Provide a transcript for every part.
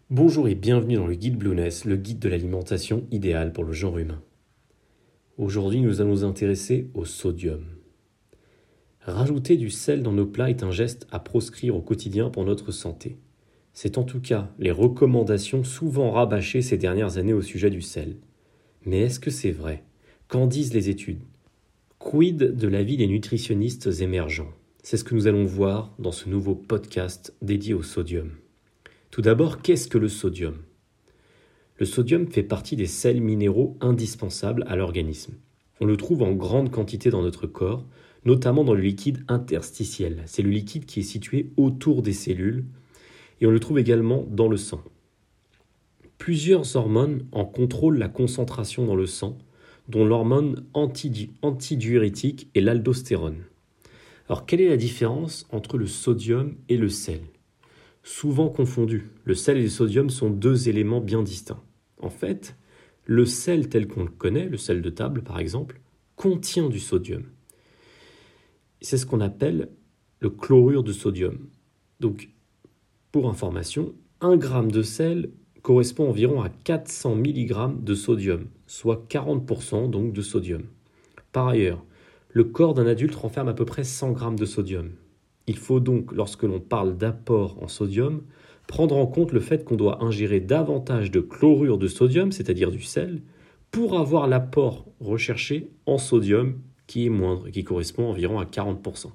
Bonjour et bienvenue dans le guide Blueness, le guide de l'alimentation idéale pour le genre humain. Aujourd'hui, nous allons nous intéresser au sodium. Rajouter du sel dans nos plats est un geste à proscrire au quotidien pour notre santé. C'est en tout cas les recommandations souvent rabâchées ces dernières années au sujet du sel. Mais est-ce que c'est vrai? Qu'en disent les études? Quid de l'avis des nutritionnistes émergents? C'est ce que nous allons voir dans ce nouveau podcast dédié au sodium. Tout d'abord, qu'est-ce que le sodium? Le sodium fait partie des sels minéraux indispensables à l'organisme. On le trouve en grande quantité dans notre corps, notamment dans le liquide interstitiel. C'est le liquide qui est situé autour des cellules et on le trouve également dans le sang. Plusieurs hormones en contrôlent la concentration dans le sang, dont l'hormone antidiurétique et l'aldostérone. Alors, quelle est la différence entre le sodium et le sel? Souvent confondus, le sel et le sodium sont deux éléments bien distincts. En fait, le sel tel qu'on le connaît, le sel de table par exemple, contient du sodium. C'est ce qu'on appelle le chlorure de sodium. Donc, pour information, 1 gramme de sel correspond environ à 400 mg de sodium, soit 40% donc de sodium. Par ailleurs, le corps d'un adulte renferme à peu près 100 g de sodium. Il faut donc, lorsque l'on parle d'apport en sodium, prendre en compte le fait qu'on doit ingérer davantage de chlorure de sodium, c'est-à-dire du sel, pour avoir l'apport recherché en sodium qui est moindre, qui correspond environ à 40%.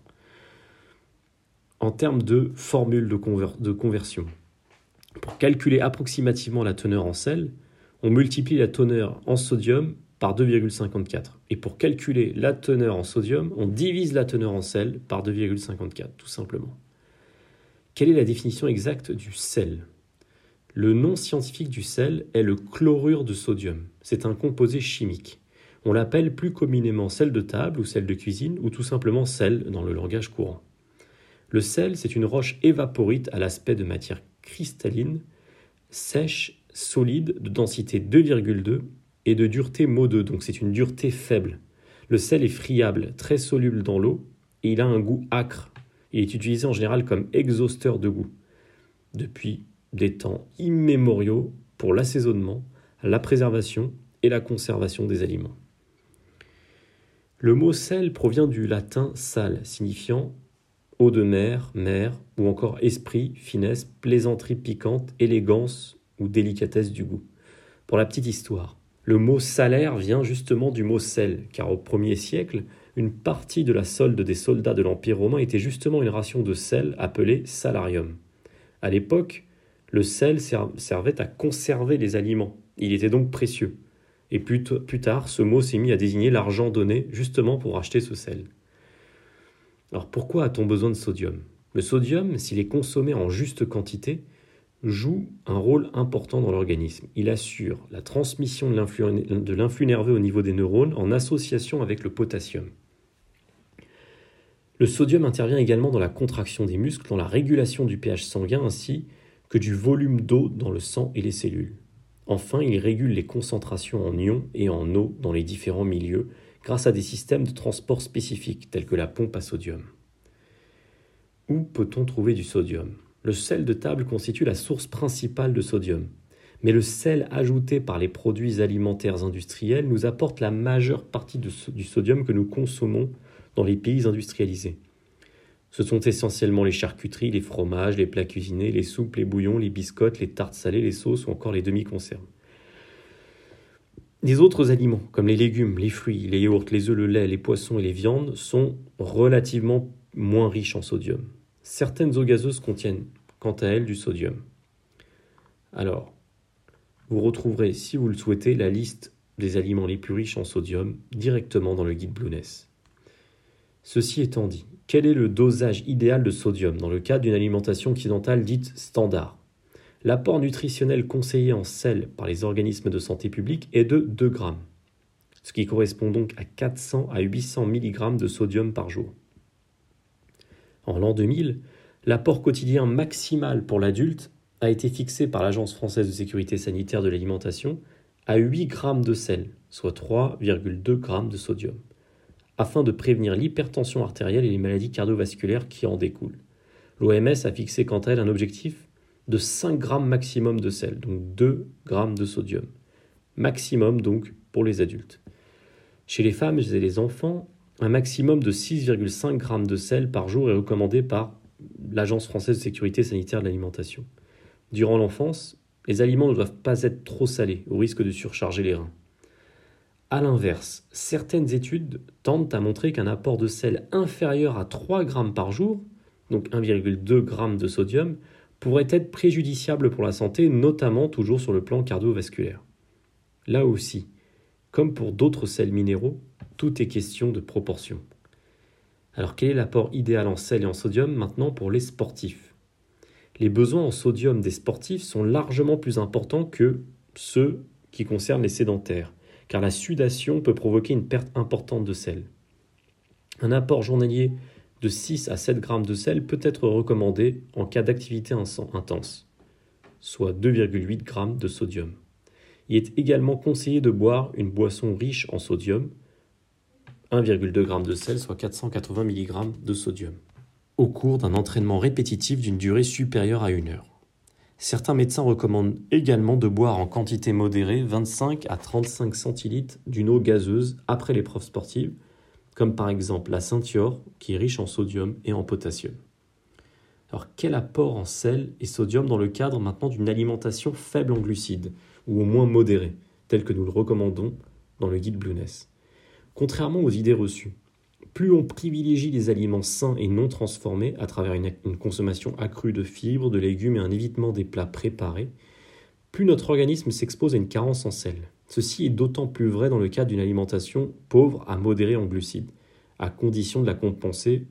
En termes de formule de conversion, pour calculer approximativement la teneur en sel, on multiplie la teneur en sodium par 2,54. Et pour calculer la teneur en sodium, on divise la teneur en sel par 2,54, tout simplement. Quelle est la définition exacte du sel? Le nom scientifique du sel est le chlorure de sodium. C'est un composé chimique. On l'appelle plus communément sel de table ou sel de cuisine ou tout simplement sel dans le langage courant. Le sel, c'est une roche évaporite à l'aspect de matière cristalline, sèche, solide, de densité 2,2 et de dureté Mo2, donc c'est une dureté faible. Le sel est friable, très soluble dans l'eau et il a un goût âcre. Il est utilisé en général comme exhausteur de goût depuis des temps immémoriaux pour l'assaisonnement, la préservation et la conservation des aliments. Le mot sel provient du latin sal, signifiant eau de mer, mer, ou encore esprit, finesse, plaisanterie piquante, élégance ou délicatesse du goût. Pour la petite histoire, le mot salaire vient justement du mot sel, car au 1er siècle, une partie de la solde des soldats de l'Empire romain était justement une ration de sel appelée salarium. À l'époque, le sel servait à conserver les aliments. Il était donc précieux. Et plus tard, ce mot s'est mis à désigner l'argent donné justement pour acheter ce sel. Alors pourquoi a-t-on besoin de sodium? Le sodium, s'il est consommé en juste quantité, joue un rôle important dans l'organisme. Il assure la transmission de l'influx nerveux au niveau des neurones en association avec le potassium. Le sodium intervient également dans la contraction des muscles, dans la régulation du pH sanguin ainsi que du volume d'eau dans le sang et les cellules. Enfin, il régule les concentrations en ions et en eau dans les différents milieux grâce à des systèmes de transport spécifiques tels que la pompe à sodium. Où peut-on trouver du sodium? Le sel de table constitue la source principale de sodium, mais le sel ajouté par les produits alimentaires industriels nous apporte la majeure partie du sodium que nous consommons dans les pays industrialisés. Ce sont essentiellement les charcuteries, les fromages, les plats cuisinés, les soupes, les bouillons, les biscottes, les tartes salées, les sauces ou encore les demi-conserves. Les autres aliments, comme les légumes, les fruits, les yaourts, les œufs, le lait, les poissons et les viandes, sont relativement moins riches en sodium. Certaines eaux gazeuses contiennent, quant à elles, du sodium. Alors, vous retrouverez, si vous le souhaitez, la liste des aliments les plus riches en sodium directement dans le guide Blueness. Ceci étant dit, quel est le dosage idéal de sodium dans le cadre d'une alimentation occidentale dite standard? L'apport nutritionnel conseillé en sel par les organismes de santé publique est de 2 grammes, ce qui correspond donc à 400 à 800 mg de sodium par jour. En l'an 2000, l'apport quotidien maximal pour l'adulte a été fixé par l'Agence française de sécurité sanitaire de l'alimentation à 8 grammes de sel, soit 3,2 grammes de sodium, afin de prévenir l'hypertension artérielle et les maladies cardiovasculaires qui en découlent. L'OMS a fixé quant à elle un objectif de 5 grammes maximum de sel, donc 2 grammes de sodium. Maximum donc pour les adultes. Chez les femmes et les enfants, un maximum de 6,5 grammes de sel par jour est recommandé par l'Agence française de sécurité sanitaire de l'alimentation. Durant l'enfance, les aliments ne doivent pas être trop salés, au risque de surcharger les reins. A l'inverse, certaines études tendent à montrer qu'un apport de sel inférieur à 3 grammes par jour, donc 1,2 g de sodium, pourrait être préjudiciable pour la santé, notamment toujours sur le plan cardiovasculaire. Là aussi, comme pour d'autres sels minéraux, tout est question de proportion. Alors quel est l'apport idéal en sel et en sodium maintenant pour les sportifs ? Les besoins en sodium des sportifs sont largement plus importants que ceux qui concernent les sédentaires, car la sudation peut provoquer une perte importante de sel. Un apport journalier de 6 à 7 grammes de sel peut être recommandé en cas d'activité intense, soit 2,8 grammes de sodium. Il est également conseillé de boire une boisson riche en sodium, 1,2 g de sel, soit 480 mg de sodium, au cours d'un entraînement répétitif d'une durée supérieure à 1 heure. Certains médecins recommandent également de boire en quantité modérée 25 à 35 centilitres d'une eau gazeuse après l'épreuve sportive, comme par exemple la Ceinture, qui est riche en sodium et en potassium. Alors quel apport en sel et sodium dans le cadre maintenant d'une alimentation faible en glucides, ou au moins modérée, tel que nous le recommandons dans le guide Blueness ? Contrairement aux idées reçues, plus on privilégie les aliments sains et non transformés à travers une consommation accrue de fibres, de légumes et un évitement des plats préparés, plus notre organisme s'expose à une carence en sel. Ceci est d'autant plus vrai dans le cadre d'une alimentation pauvre à modérée en glucides, à condition de la compenser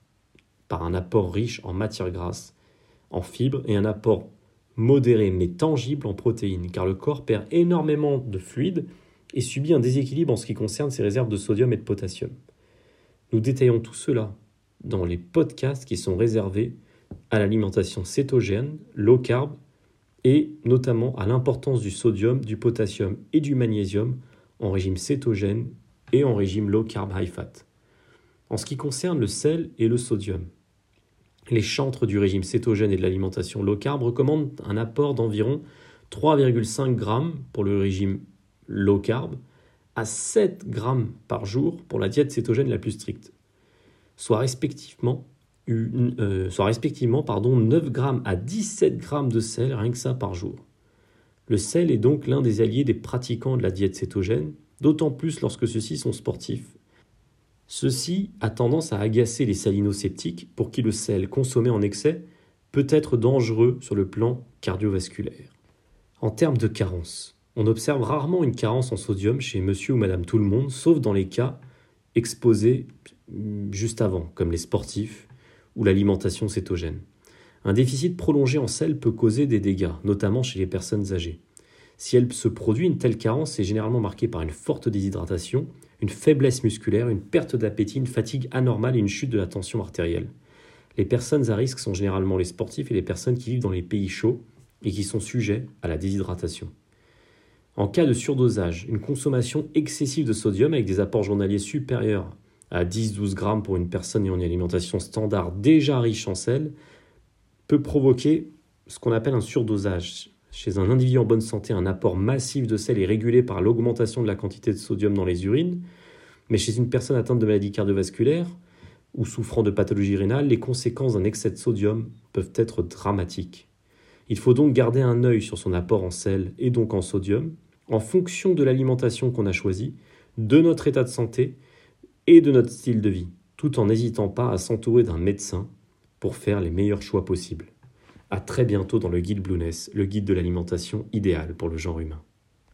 par un apport riche en matières grasses, en fibres et un apport modéré mais tangible en protéines, car le corps perd énormément de fluide et subit un déséquilibre en ce qui concerne ses réserves de sodium et de potassium. Nous détaillons tout cela dans les podcasts qui sont réservés à l'alimentation cétogène, low carb et notamment à l'importance du sodium, du potassium et du magnésium en régime cétogène et en régime low carb high fat. En ce qui concerne le sel et le sodium, les chantres du régime cétogène et de l'alimentation low carb recommandent un apport d'environ 3,5 g pour le régime low carb à 7 grammes par jour pour la diète cétogène la plus stricte, soit respectivement 9 grammes à 17 grammes de sel, rien que ça par jour. Le sel est donc l'un des alliés des pratiquants de la diète cétogène, d'autant plus lorsque ceux-ci sont sportifs. Ceci a tendance à agacer les salino-sceptiques pour qui le sel consommé en excès peut être dangereux sur le plan cardiovasculaire. En termes de carence, on observe rarement une carence en sodium chez monsieur ou madame tout le monde, sauf dans les cas exposés juste avant, comme les sportifs ou l'alimentation cétogène. Un déficit prolongé en sel peut causer des dégâts, notamment chez les personnes âgées. Si elle se produit, une telle carence est généralement marquée par une forte déshydratation, une faiblesse musculaire, une perte d'appétit, une fatigue anormale et une chute de la tension artérielle. Les personnes à risque sont généralement les sportifs et les personnes qui vivent dans les pays chauds et qui sont sujets à la déshydratation. En cas de surdosage, une consommation excessive de sodium avec des apports journaliers supérieurs à 10-12 grammes pour une personne ayant une alimentation standard déjà riche en sel peut provoquer ce qu'on appelle un surdosage. Chez un individu en bonne santé, un apport massif de sel est régulé par l'augmentation de la quantité de sodium dans les urines, mais chez une personne atteinte de maladie cardiovasculaire ou souffrant de pathologie rénale, les conséquences d'un excès de sodium peuvent être dramatiques. Il faut donc garder un œil sur son apport en sel et donc en sodium, en fonction de l'alimentation qu'on a choisie, de notre état de santé et de notre style de vie, tout en n'hésitant pas à s'entourer d'un médecin pour faire les meilleurs choix possibles. À très bientôt dans le guide Blueness, le guide de l'alimentation idéale pour le genre humain.